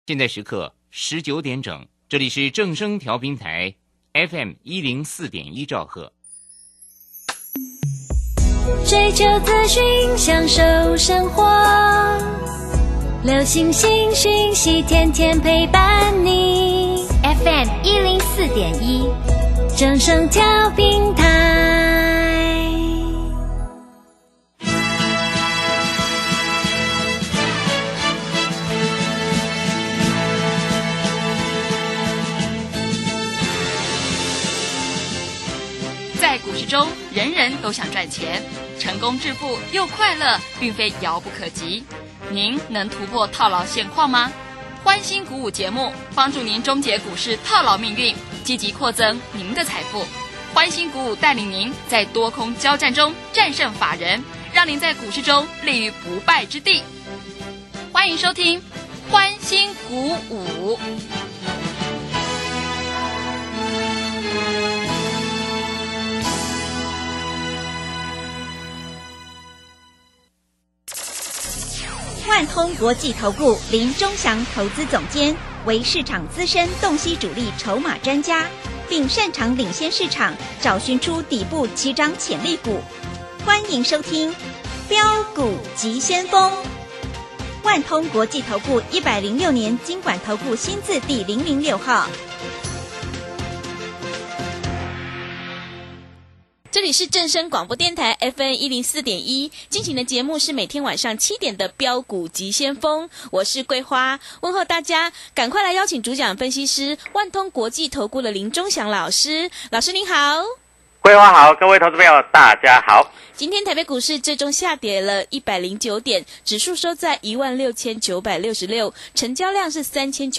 现在时刻19点整，这里是正声调频台 FM 104.1兆赫。 追求资讯，享受生活，流行新讯息，天天陪伴你。FM 104.1，正声调频台。 在股市中，人人都想赚钱，成功致富又快乐，并非遥不可及。您能突破套牢现况吗？欢欣鼓舞节目帮助您终结股市套牢命运，积极扩增您的财富。欢欣鼓舞带领您在多空交战中战胜法人，让您在股市中立于不败之地。欢迎收听欢欣鼓舞。 万通国际投顾林钟祥投资总监为市场资深洞悉主力筹码专家，并擅长领先市场，找寻出底部起涨潜力股。欢迎收听标股急先锋。万通国际投顾106年金管投顾新字第006号。 这里是正声广播电台 FM 104.1，进行的节目是每天晚上7点的标股急先锋，我是桂花，问候大家，赶快来邀请主讲分析师万通国际投顾的林钟祥老师，老师您好。 桂花好，各位投资朋友大家好。 今天台北股市最终下跌了109点，指数收在16966，成交量是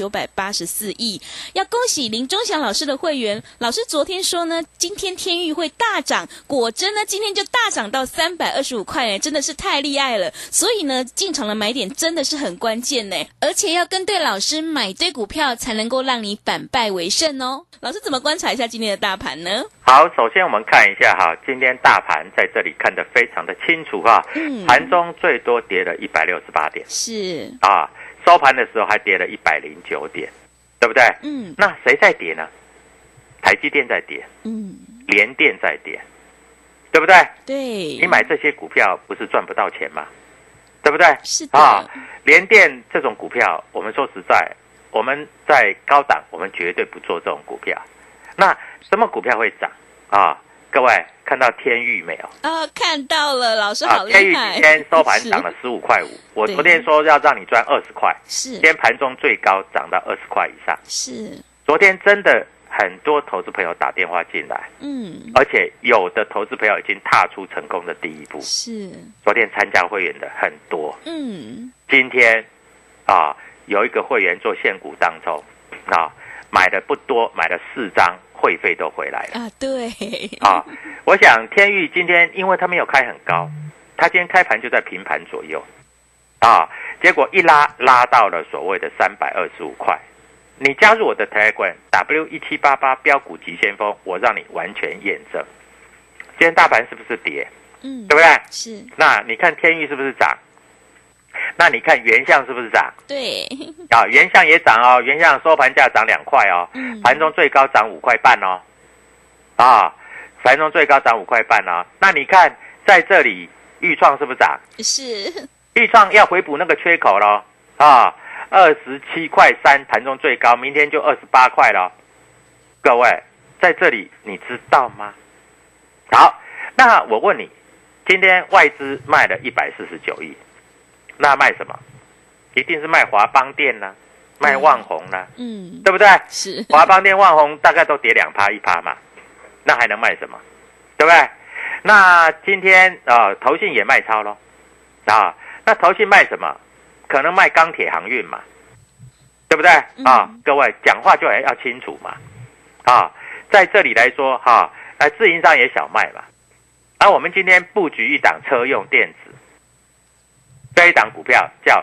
3984亿。要恭喜林钟祥老师的会员，老师昨天说呢，今天天钰会大涨，果真呢今天就大涨到325块，真的是太厉害了。所以呢，进场的买点真的是很关键呢，而且要跟对老师，买对股票，才能够让你反败为胜哦。老师怎么观察一下今天的大盘呢？ 好，首先我们看一下哈，今天大盘在这里看得非常的清楚哈，盘中最多跌了168点， 是啊，收盘的时候还跌了109点，对不对？那谁在跌呢？台积电在跌，联电在跌，对不对？ 对， 你买这些股票不是赚不到钱吗？对不对？ 是的啊，联电这种股票，我们说实在，我们在高档，我们绝对不做这种股票。那什么股票会涨啊？各位看到天钰没有？ 看到了，老师好厉害。 天钰今天收盘涨了15.5块，我昨天说要让你赚20块， 是， 今天盘中最高涨到20块以上。 是， 昨天真的很多投资朋友打电话进来，而且有的投资朋友已经踏出成功的第一步。是，昨天参加会员的很多，今天啊有一个会员做现股当中啊。买的不多，买了4张，会费都回来了啊！ 对啊，我想天钰今天因为它没有开很高，它今天开盘就在平盘左右啊，结果一拉到了所谓的325块。你加入我的 Telegram W1788标股急先锋，我让你完全验证。今天大盘是不是跌？对不对？ 是。 那你看天钰是不是涨？那你看原相是不是涨？ 对啊，原相也涨哦，原相收盘价涨2块哦，盘中最高涨5块半哦，啊，盘中最高涨5块半哦。那你看在这里豫创是不是涨？ 是， 豫创要回补那个缺口咯，啊，27.3块，盘中最高，明天就28块了。各位在这里你知道吗？好，那我问你，今天外资卖了149亿。那卖什么？一定是卖华邦电啦，卖旺宏啦，对不对？ 是华邦电、旺宏大概都跌2%、1%嘛，那还能卖什么？对不对？那今天投信也卖超咯，啊，那投信卖什么？可能卖钢铁航运嘛，对不对？啊，各位讲话就还要清楚嘛，啊，在这里来说哈，自营商也小卖嘛，而我们今天布局一档车用电子。这一档股票叫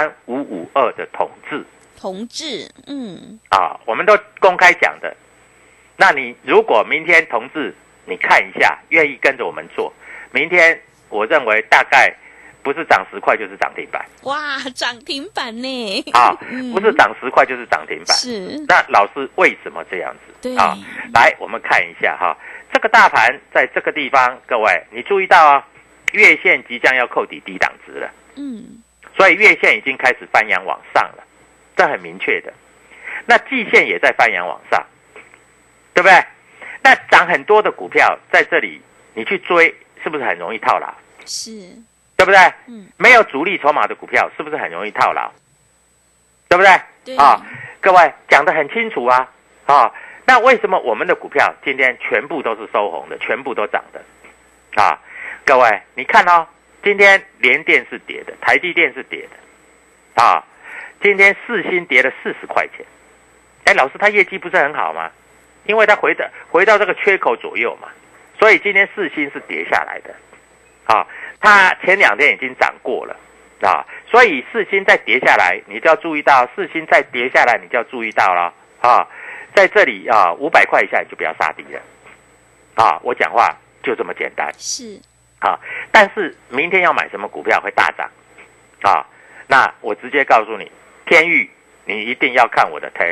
3552的同致，我们都公开讲的。那你如果明天同致，你看一下，愿意跟着我们做，明天我认为大概不是涨10块就是涨停板。 哇，涨停板呢？ 啊，不是涨10块就是涨停板。 是。 那老师为什么这样子？ 对。 啊，来我们看一下哈，这个大盘在这个地方，各位你注意到啊，月线即将要扣抵低档值了。所以月线已经开始翻扬往上了，这很明确的。那季线也在翻扬往上，对不对？那涨很多的股票在这里，你去追，是不是很容易套牢？ 是， 对不对？没有主力筹码的股票，是不是很容易套牢？对不对？ 对啊，各位讲得很清楚啊。啊，那为什么我们的股票今天全部都是收红的，全部都涨的？啊，各位你看哦，今天联电是跌的，台积电是跌的，啊，今天世芯跌了40块钱。哎，老师，他业绩不是很好吗？因为他回到这个缺口左右嘛，所以今天世芯是跌下来的。啊，它前2天已经涨过了啊，所以世芯再跌下来，你就要注意到世芯再跌下来，你就要注意到了啊，在这里啊500块以下你就不要杀低了啊，我讲话就这么简单。 是啊，但是明天要买什么股票会大涨啊？那我直接告诉你，天钰你一定要看我的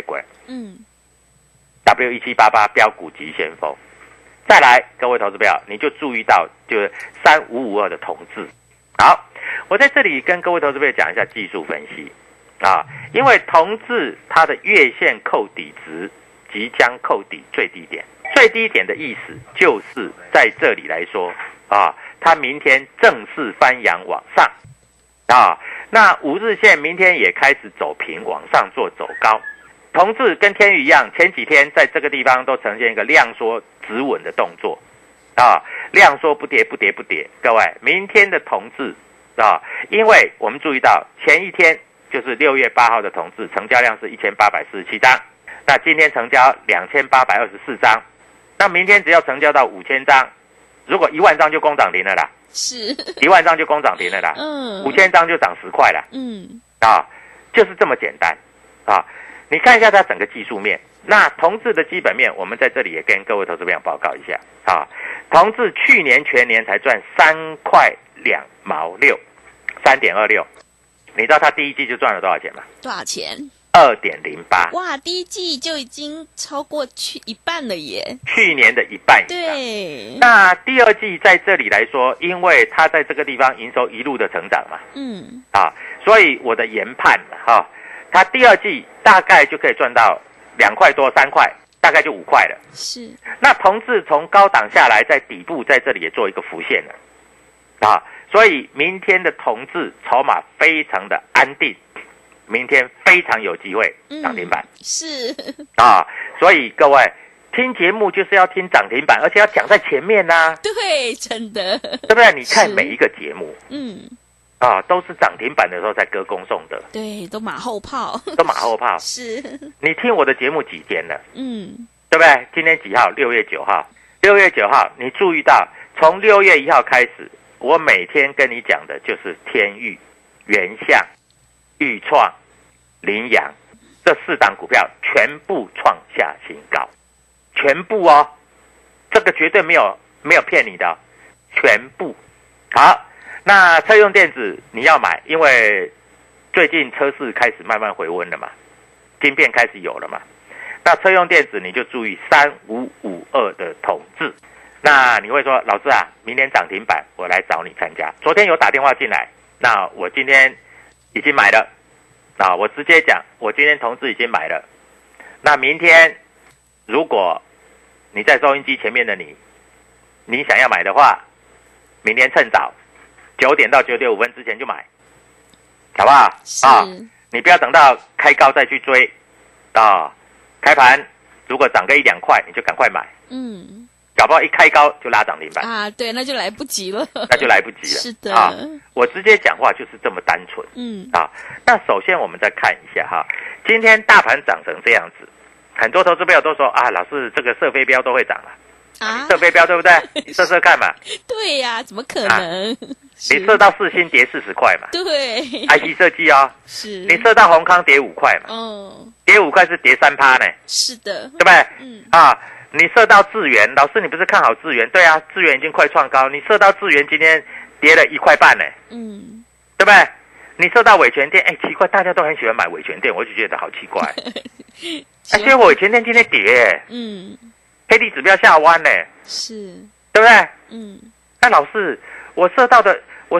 Telegram。W1788 标股急先锋。再来，各位投资朋友，你就注意到就是3552的同志。好，我在这里跟各位投资朋友讲一下技术分析啊，因为同志它的月线扣底值即将扣底最低点，最低点的意思就是在这里来说啊，它明天正式翻扬往上啊，那5日线明天也开始走平往上做走高。同志跟天钰一样，前几天在这个地方都呈现一个量缩止稳的动作啊，量缩不跌不跌不跌。各位，明天的同志啊，因为我们注意到前一天就是6月8号的同志成交量是1847张，那今天成交2824张，那明天只要成交到5000张，如果1万张就攻涨停了啦， 是 1万张就攻涨停了啦，5000张就涨10块啦，啊，就是这么简单啊。你看一下它整个技术面，那同志的基本面，我们在这里也跟各位投资朋友报告一下啊。同志去年全年才赚3块2毛6，3.26。你知道他第一季就赚了多少钱吗？ 多少钱 ？2.08。 哇，第一季就已经超过一半了耶！ 去年的一半以上。 对。 那第二季在这里来说，因为它在这个地方营收一路的成长嘛，啊，所以我的研判哈。它第二季大概就可以赚到2块多3块，大概就5块了。 是。那同志从高档下来，在底部在这里也做一个浮现了，啊，所以明天的同志筹码非常的安定，明天非常有机会涨停板。 是。 啊，所以各位听节目就是要听涨停板，而且要讲在前面呐。 对，真的。 对不对？你看每一个节目，啊，都是涨停板的时候才歌功颂德， 对，都马后炮， 都马后炮。 是， 你听我的节目几天了？对不对？今天几号？6月9号。6月9号，你注意到，从6月1号开始，我每天跟你讲的就是天钰、原相、裕创、羚羊这4档股票全部创下新高，全部哦，这个绝对没有骗你的，全部好。那车用电子你要买，因为最近车市开始慢慢回温了嘛，晶片开始有了嘛。那车用电子你就注意3552的统致。那你会说，老师啊，明天涨停板我来找你参加。昨天有打电话进来，那我今天已经买了啊，我直接讲，我今天同志已经买了。那明天如果你在收音机前面的你想要买的话，明天趁早。9点到9点5分之前就买，好不好？啊，你不要等到开高再去追，啊，开盘如果涨个1、2块，你就赶快买，搞不好一开高就拉涨停板啊，对，那就来不及了， 那就来不及了。 是的， 啊，我直接讲话就是这么单纯，啊，那首先我们再看一下哈，今天大盘涨成这样子，很多投资朋友都说啊，老师这个射飞镖都会涨啊，射飞镖对不对？你射射看嘛。 对呀，怎么可能？ 你射到世芯跌40块嘛？ 对 ，IC 设计哦， 是。 你射到宏康跌5块嘛？跌5块是跌3%呢。 是的， 对不对？啊， 你射到智原，老师你不是看好智原？对啊，智原已经快创高，你射到智原今天跌了1块半呢，对不对？你射到伟全电，奇怪，大家都很喜欢买伟全电，我就觉得好奇怪。结果伟全电今天跌，黑地指标下弯呢， 是， 对不对？那老师，我射到的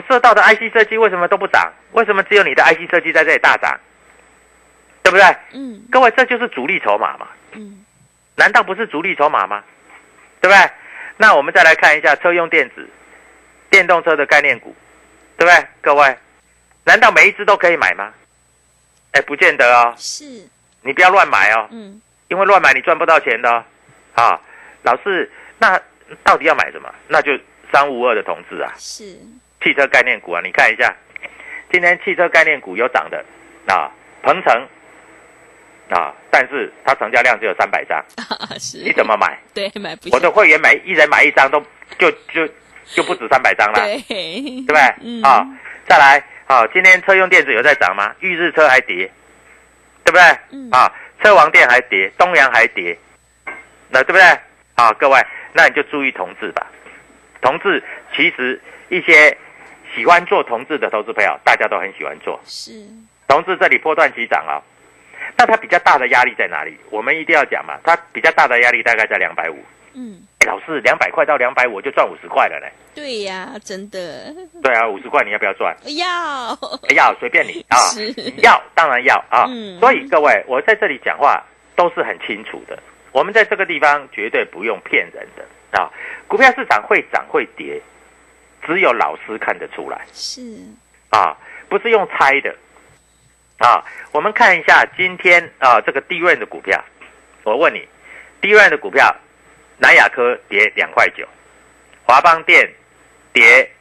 IC 设计为什么都不涨？为什么只有你的 IC 设计在这里大涨？对不对？各位，这就是主力筹码嘛。难道不是主力筹码吗？对不对？那我们再来看一下车用电子、电动车的概念股，对不对？各位，难道每一只都可以买吗？不见得哦。 是， 你不要乱买哦。因为乱买你赚不到钱的哦。啊，老师，那到底要买什么？那就3552的同志啊。 是。 汽车概念股啊，你看一下，今天汽车概念股有涨的啊，鹏程啊，但是它成交量只有300张， 是， 你怎么买？ 对，买不下。 我的会员一人买1张都就不止300张了，对不对？再来今天车用电子有在涨吗？裕日车还跌，对不对？车王电还跌，东阳还跌，那对不对？各位，那你就注意同志吧。同志其实一些喜欢做同志的投资朋友，大家都很喜欢做。 是， 同志这里波段起涨哦。那它比较大的压力在哪里？我们一定要讲嘛，它比较大的压力大概在250。老师，200块到250我就赚50块了呢。 对呀，真的。 对啊，50块你要不要赚？ 要随便你啊，要当然要啊。所以各位，我在这里讲话都是很清楚的。我们在这个地方绝对不用骗人的啊。股票市场会涨会跌，只有老师看得出来。 是啊，不是用猜的。我们看一下今天这个低润的股票，我问你，低润的股票，南亚科跌2.9块，华邦电跌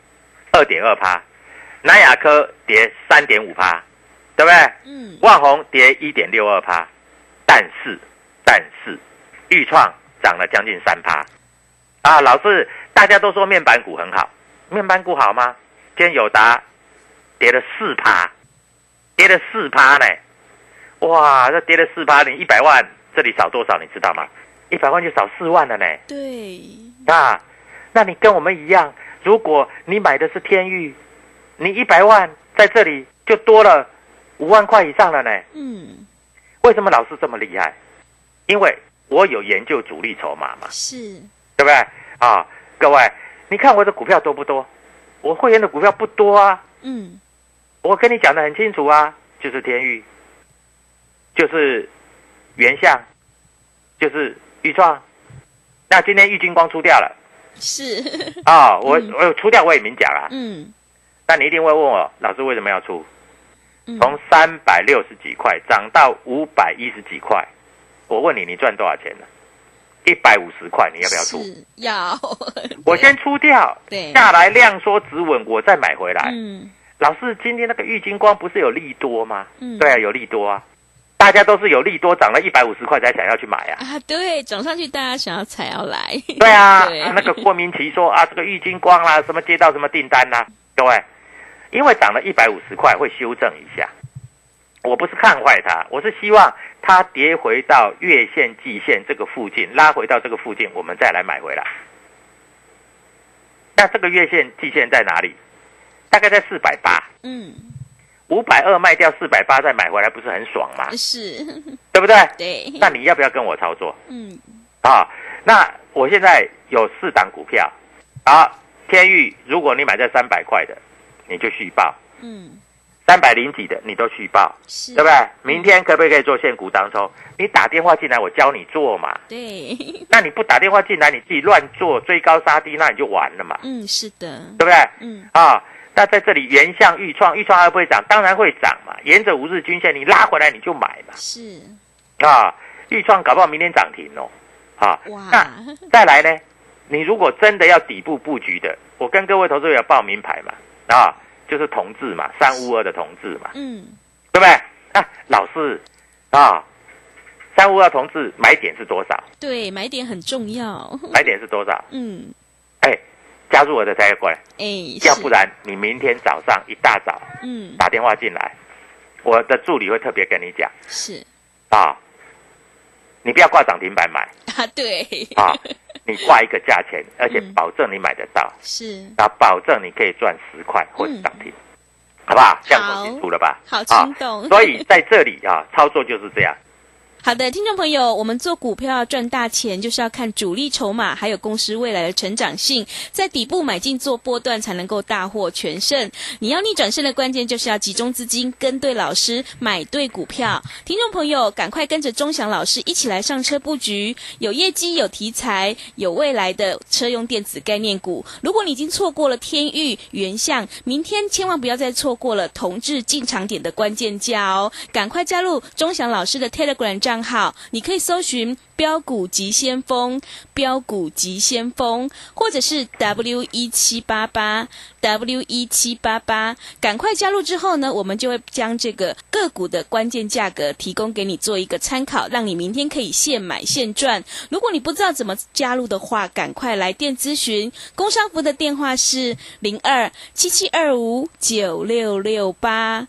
2.2%，南亚科跌3.5%，对不对？万宏跌1.62%，但是裕创涨了将近3%。老师，大家都说面板股很好，面板股好吗？今天友达跌了4%。跌了4%呢，哇！这跌了4%，你100万这里少多少？你知道吗？100万就少4万了呢。 对。 那你跟我们一样，如果你买的是天钰，你100万在这里就多了5万块以上了呢。为什么老师这么厉害？因为我有研究主力筹码嘛。 是。 对不对？各位，你看我的股票多不多？我会员的股票不多啊。我跟你讲得很清楚啊，就是天钰，就是原相，就是裕创。那今天裕金光出掉了， 是我出掉我也明讲啊。那你一定会问我，老师为什么要出？从360几块涨到510几块，我问你，你赚多少钱呢？150块，你要不要出？ 要。 我先出掉， 对， 下来量缩止稳，我再买回来。老师，今天那个裕金光不是有利多吗？对啊，有利多啊，大家都是有利多涨了150块才想要去买啊。 对，涨上去大家想要才要来。 对啊，那个郭明奇说这个裕金光啦，什么接到什么订单啦，各位，因为涨了150块会修正一下。我不是看坏它，我是希望它跌回到月线、季线这个附近，拉回到这个附近，我们再来买回来。那这个月线、季线在哪里？大概在480。520卖掉480再买回来，不是很爽吗？ 是， 对不对？ 对。 那你要不要跟我操作？那我现在有4档股票。天钰，如果你买在300块的，你就续报。300几的你都续报，对不对？明天可不可以做现股当抽？你打电话进来，我教你做嘛。 对。 那你不打电话进来，你自己乱做，追高杀低，那你就完了嘛。 是的， 对不对？那在这里原相裕创会不会涨？当然会涨嘛。沿着5日均线，你拉回来你就买嘛。 是。 裕创搞不好明天涨停哦。 哇。 那再来呢？你如果真的要底部布局的，我跟各位投资者报名牌嘛。就是同志嘛，352的同志嘛，对不对？老师352同志买点是多少？ 对，买点很重要。 买点是多少？加入我的Telegram，要不然你明天早上一大早，打电话进来，我的助理会特别跟你讲。 是你不要挂涨停板买啊，对啊，你挂一个价钱，而且保证你买得到， 是保证你可以赚10块或者涨停，好不好？这样搞清楚了吧？ 好清懂。 所以在这里操作就是这样。 好的，听众朋友，我们做股票要赚大钱，就是要看主力筹码，还有公司未来的成长性，在底部买进做波段，才能够大获全胜。你要逆转胜的关键，就是要集中资金，跟对老师，买对股票。听众朋友，赶快跟着钟祥老师一起来上车布局，有业绩、有题材、有未来的车用电子概念股。如果你已经错过了天钰、原相，明天千万不要再错过了同志进场点的关键价哦！赶快加入钟祥老师的 Telegram 账号，你可以搜寻标股急先锋、标股急先锋，或者是 W1788 W1788，赶快加入之后呢，我们就会将这个个股的关键价格提供给你做一个参考，让你明天可以现买现赚。如果你不知道怎么加入的话，赶快来电咨询，工商服的电话是02-7725-9668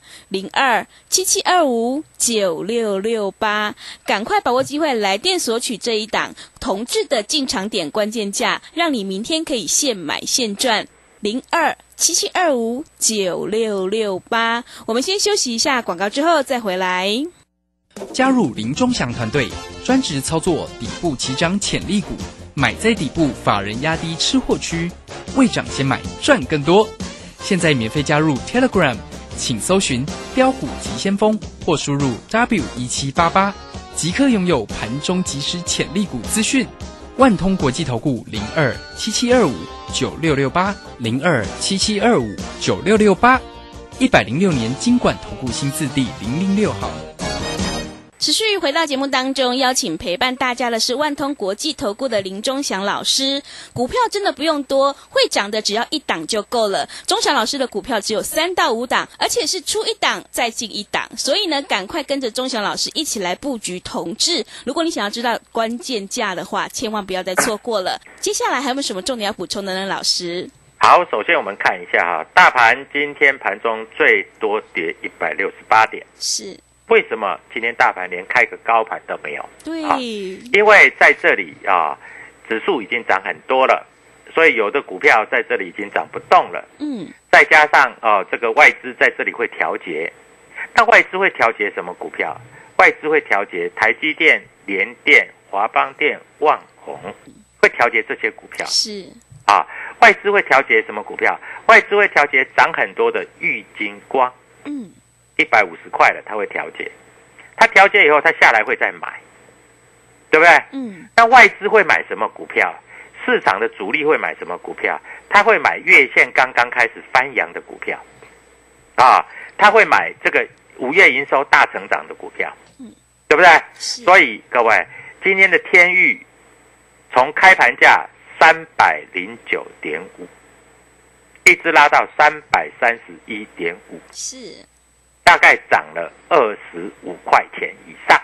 02-7725-9668，赶快把握机会来电索取这一档同志的进场点关键价，让你明天可以现买现赚。02-7725-9668。我们先休息一下广告，之后再回来。 加入林钟祥团队，专职操作底部起涨潜力股，买在底部，法人压低吃货区，未涨先买赚更多。现在免费加入 Telegram， 请搜寻标股急先锋或输入 W1788， 即刻拥有盘中即时潜力股资讯。万通国际投顾02-7725-9668 02-7725-9668， 106年金管投顾新字第006号。 持续回到节目当中，邀请陪伴大家的是万通国际投顾的林钟祥老师。股票真的不用多，会涨的只要一档就够了。钟祥老师的股票只有3到5档，而且是出一档再进一档，所以呢，赶快跟着钟祥老师一起来布局同志。如果你想要知道关键价的话，千万不要再错过了。接下来还有没有什么重点要补充的呢，老师？ 好，首先我们看一下大盘今天盘中最多跌168点， 是。 为什么今天大盘连开个高盘都没有？ 对， 因为在这里指数已经涨很多了，所以有的股票在这里已经涨不动了。再加上这个外资在这里会调节，那外资会调节什么股票？外资会调节台积电、联电、华邦电、旺宏，会调节这些股票。 是外资会调节什么股票？外资会调节涨很多的玉晶光。150块了，他会调节，他调节以后，他下来会再买，对不对？那外资会买什么股票？市场的主力会买什么股票？他会买月线刚刚开始翻扬的股票，他会买这个5月营收大成长的股票，对不对？所以各位，今天的天钰从开盘价309.5，一直拉到331.5， 是。 大概涨了25块钱以上，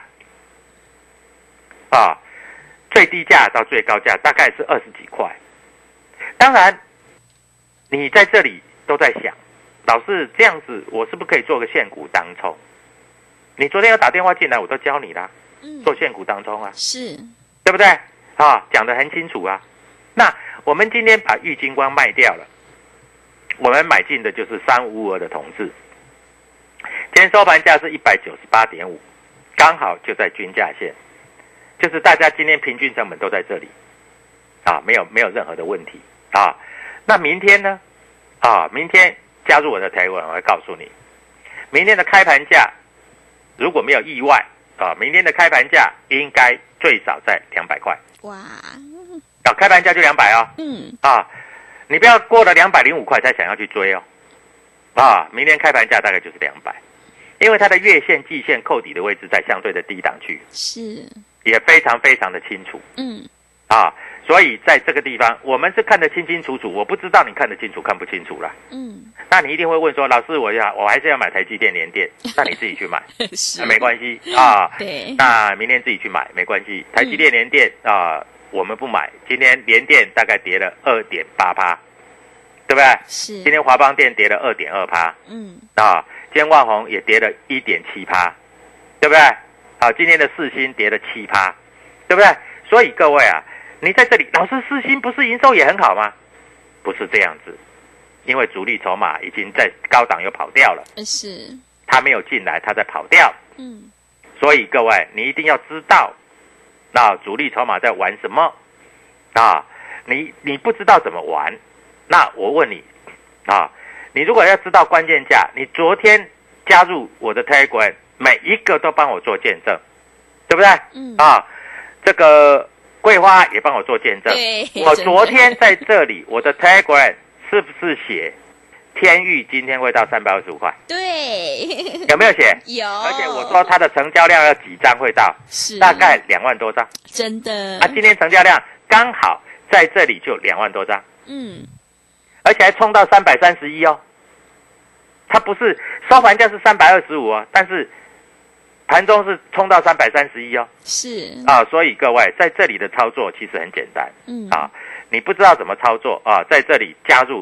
最低价到最高价大概是20几块。当然，你在这里都在想，老师这样子，我是不是可以做个现股当冲？你昨天有打电话进来，我都教你啦，做现股当冲啊， 是， 对不对？讲得很清楚啊。那我们今天把玉晶光卖掉了，我们买进的就是3552的同志。今天收盘价是198.5，刚好就在均价线，就是大家今天平均成本都在这里，没有任何的问题那明天呢？明天加入我的Telegram，我会告诉你，明天的开盘价如果没有意外明天的开盘价应该最少在200块。 哇！ 开盘价就200你不要过了205块才想要去追明天开盘价大概就是200。因为它的月线、季线扣底的位置在相对的低档区， 是也非常非常的清楚。所以在这个地方我们是看得清清楚楚，我不知道你看得清楚看不清楚啦。那你一定会问说，老师我还是要买台积电、联电，那你自己去买没关系对， 那明天自己去买没关系。台积电、联电我们不买，今天联电大概跌了 2.8%， 对不对？ 是。 今天华邦电跌了 2.2%，今天万宏也跌了 1.7%， 对不对？今天的世芯跌了7%， 对不对？所以各位啊，你在这里，老师世芯不是营收也很好吗？不是这样子，因为主力筹码已经在高档又跑掉了， 是， 他没有进来，他在跑掉。所以各位，你一定要知道，那主力筹码在玩什么啊？你不知道怎么玩，那我问你啊，你如果要知道关键价，你昨天加入我的 Telegram， 每一个都帮我做见证，对不对？这个桂花也帮我做见证。我昨天在这里，我的 Telegram 是不是写天鈺今天会到325块？ 对， 有没有写？ 有。 而且我说它的成交量要几张会到？ 是大概2万多张。 真的。 今天成交量刚好在这里就2万多张。而且还冲到331哦。它不是收盘价是325哦，但是盘中是冲到331哦。 是所以各位在这里的操作其实很简单。你不知道怎么操作在这里加入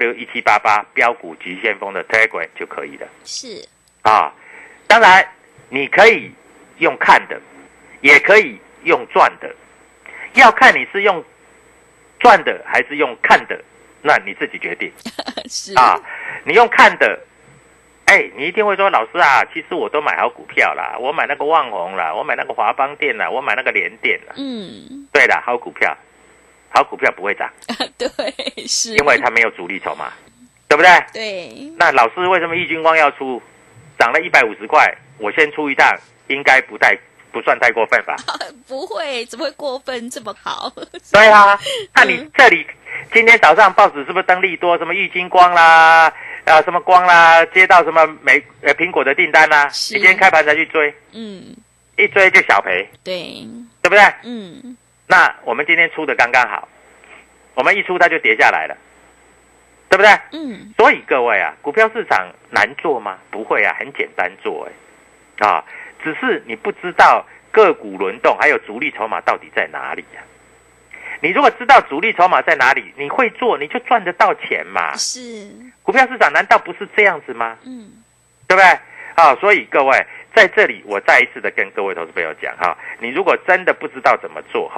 W1788 标股急先锋的 Telegram 就可以了。 是当然你可以用看的，也可以用赚的，要看你是用赚的还是用看的，那你自己决定。 是你用看的，你一定会说，老师啊，其实我都买好股票啦，我买那个旺宏啦，我买那个华邦电啦，我买那个联电啦。对啦，好股票不会涨。 对，是因为它没有主力筹码，对不对？ 对。 那老师为什么易军光要出，涨了150块，我先出一趟，应该不算太过分吧？ 不会，怎么会过分这么好？ 对啊，那你这里今天早上报纸是不是登利多，什么郁金光啦，什么光啦，接到什么苹果的订单啦，你今天开盘才去追，一追就小赔， 对不对？那我们今天出的刚刚好，我们一出它就跌下来了，对不对？所以各位啊，股票市场难做吗？不会啊，很简单做只是你不知道个股轮动还有主力筹码到底在哪里啊。你如果知道主力筹码在哪里，你会做，你就赚得到钱嘛。 是， 股票市场难道不是这样子吗？对不对？所以各位在这里，我再一次的跟各位投资朋友讲你如果真的不知道怎么做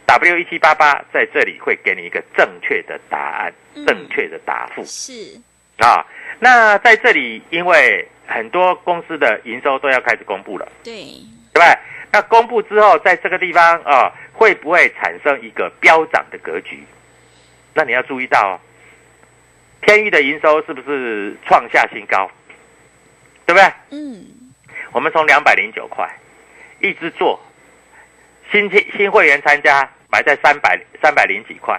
W1788在这里会给你一个正确的答案，正确的答复。 是那在这里，因为很多公司的营收都要开始公布了， 对不对？那公布之后，在这个地方会不会产生一个飙涨的格局？那你要注意到天鈺的营收是不是创下新高？对不对？我们从209块一直做，新会员参加买在300几块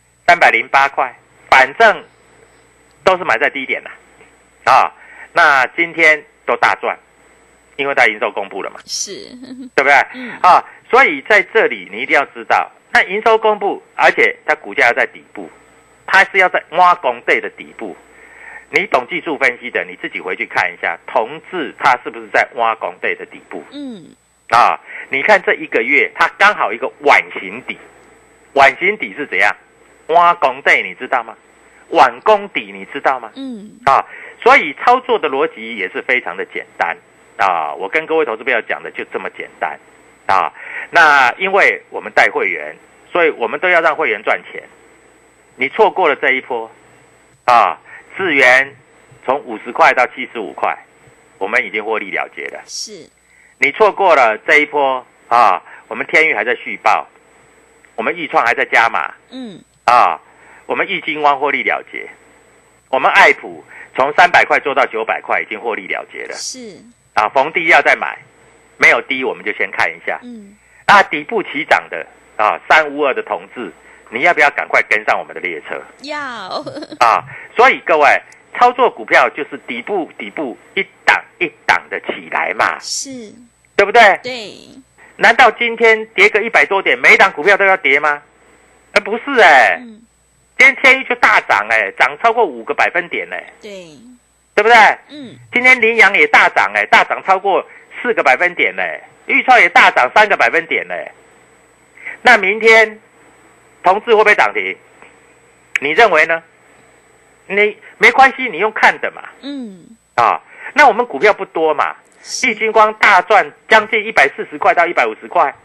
，308块，反正都是买在低点啦。那今天都大赚，因为它营收公布了嘛， 是， 对不对？所以在这里你一定要知道，那营收公布，而且它股价要在底部，它是要在挖工地的底部。你懂技术分析的，你自己回去看一下，同志它是不是在挖工地的底部？你看这一个月，它刚好一个碗形底，碗形底是怎样？挖工地你知道吗？碗工底你知道吗？所以操作的逻辑也是非常的简单我跟各位投资朋友讲的就这么简单那因为我们带会员，所以我们都要让会员赚钱。你错过了这一波智原从50块到75块，我们已经获利了结了。 是， 你错过了这一波我们天鈺还在续报，我们易创还在加码，我们易金光获利了结，我们爱普从300块做到900块，已经获利了结了。 是逢低要再买，没有低我们就先看一下。底部起涨的352的同志，你要不要赶快跟上我们的列车？ 要所以各位操作股票就是底部一档一档的起来嘛， 是， 对不对？ 对。 难道今天跌个100多点，每一档股票都要跌吗？不是今天天鈺就大涨涨超过5个百分点对不对？今天联阳也大涨大涨超过4个百分点裕创也大涨3个百分点那明天同志会不会涨停？你认为呢？你没关系，你用看的嘛。那我们股票不多嘛，易金光大赚将近140块到150块，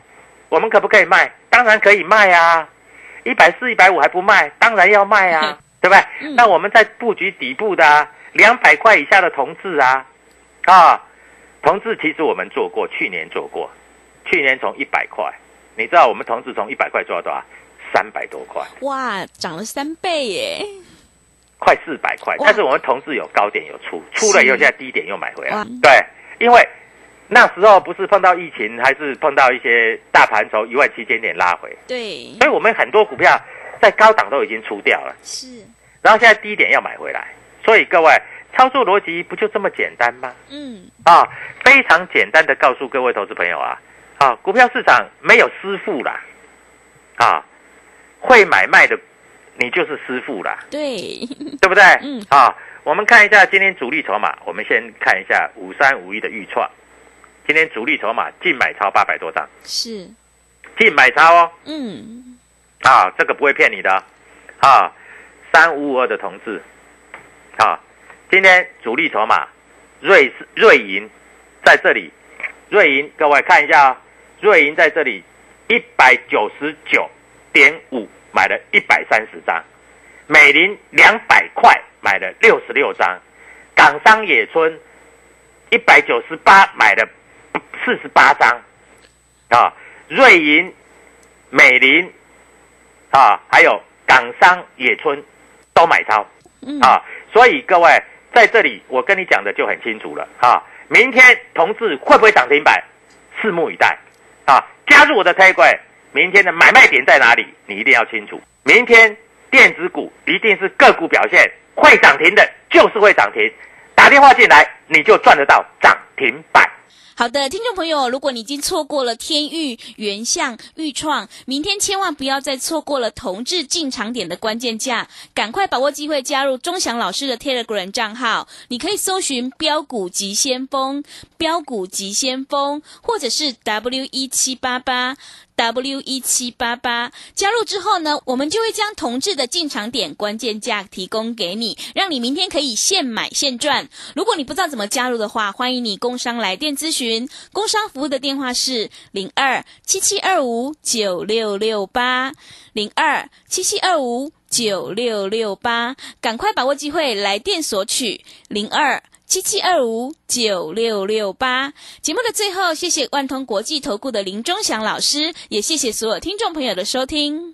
我们可不可以卖？当然可以卖啊，140、150还不卖，当然要卖啊，对不对？那我们在布局底部的啊，200块以下的同志啊，同志其实我们做过，去年做过，去年从100块，你知道我们同志从100块做到多少？300多块， 哇，涨了3倍耶， 快400块。但是我们同志有高点有出了以后，现在低点又买回来。对，因为那时候不是碰到疫情，还是碰到一些大盘从17000点拉回。 对， 所以我们很多股票在高档都已经出掉了， 是， 然后现在低点要买回来。所以各位操作逻辑不就这么简单吗？非常简单的告诉各位投资朋友啊，股票市场没有师傅啦，会买卖的你就是师傅啦， 对不对？我们看一下今天主力筹码，我们先看一下5351的预创，今天主力筹码净买超800多张， 是净买超哦，这个不会骗你的，3552的同志，今天主力筹码瑞银在这里，瑞银各位看一下瑞银在这里199.5买了130张，美林200块买了66张，港商野村198买了48张，瑞银、美林还有港商野村都买超，所以各位在这里我跟你讲的就很清楚了明天同志会不会涨停板，拭目以待加入我的Telegram，明天的买卖点在哪里？你一定要清楚。明天电子股一定是个股表现，会涨停的就是会涨停，打电话进来你就赚得到涨停板。 好的，听众朋友，如果你已经错过了天钰、原相、豫创，明天千万不要再错过了同志进场点的关键价，赶快把握机会加入钟祥老师的 Telegram 账号，你可以搜寻标股急先锋、标股急先锋，或者是 W1788。加入之后呢，我们就会将同志的进场点关键价提供给你，让你明天可以现买现赚。如果你不知道怎么加入的话，欢迎你工商来电咨询，工商服务的电话是02-7725-9668 02-7725-9668，赶快把握机会来电索取02-7725-9668。节目的最后，谢谢万通国际投顾的林钟祥老师，也谢谢所有听众朋友的收听。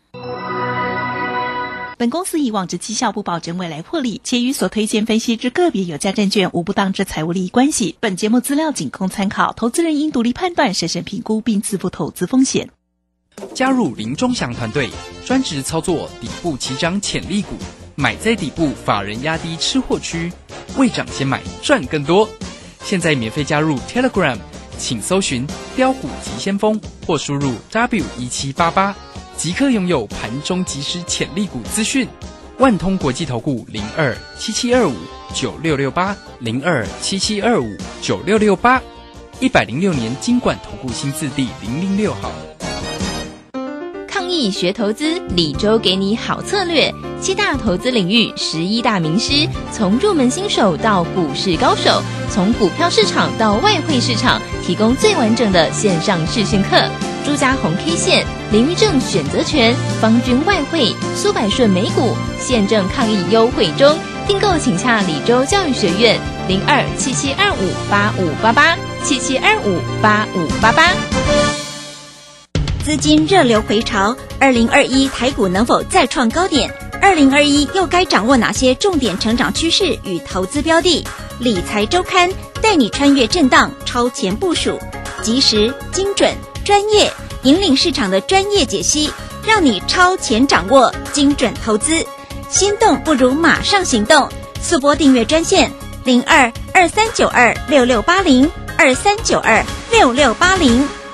本公司以往之绩效不保证未来获利，且与所推荐分析之个别有价证券无不当之财务利益关系。本节目资料仅供参考，投资人应独立判断、审慎评估并自负投资风险。 加入林钟祥团队，专职操作底部起涨潜力股，买在底部，法人压低吃货区，未涨先买赚更多。现在免费加入 Telegram， 请搜寻标股急先锋或输入 W1788，即刻拥有盘中即时潜力股资讯。万通国际投顾02-7725-9668 02-7725-9668， 106年金管投顾新字第006号。 抗疫学投资，李州给你好策略，7大投资领域，11大名师，从入门新手到股市高手，从股票市场到外汇市场，提供最完整的线上视讯课。朱家红 K 线、林玉正选择权、方军外汇、苏百顺美股，现正抗疫优惠中，订购请洽李州教育学院02-7725-8588 7725-8588。 资金热流回潮，2021台股能否再创高点？2021又该掌握哪些重点成长趋势与投资标的？理财周刊带你穿越震荡，超前部署，及时、精准、专业，引领市场的专业解析，让你超前掌握精准投资。心动不如马上行动，速拨订阅专线02-2392-6680 2392-6680。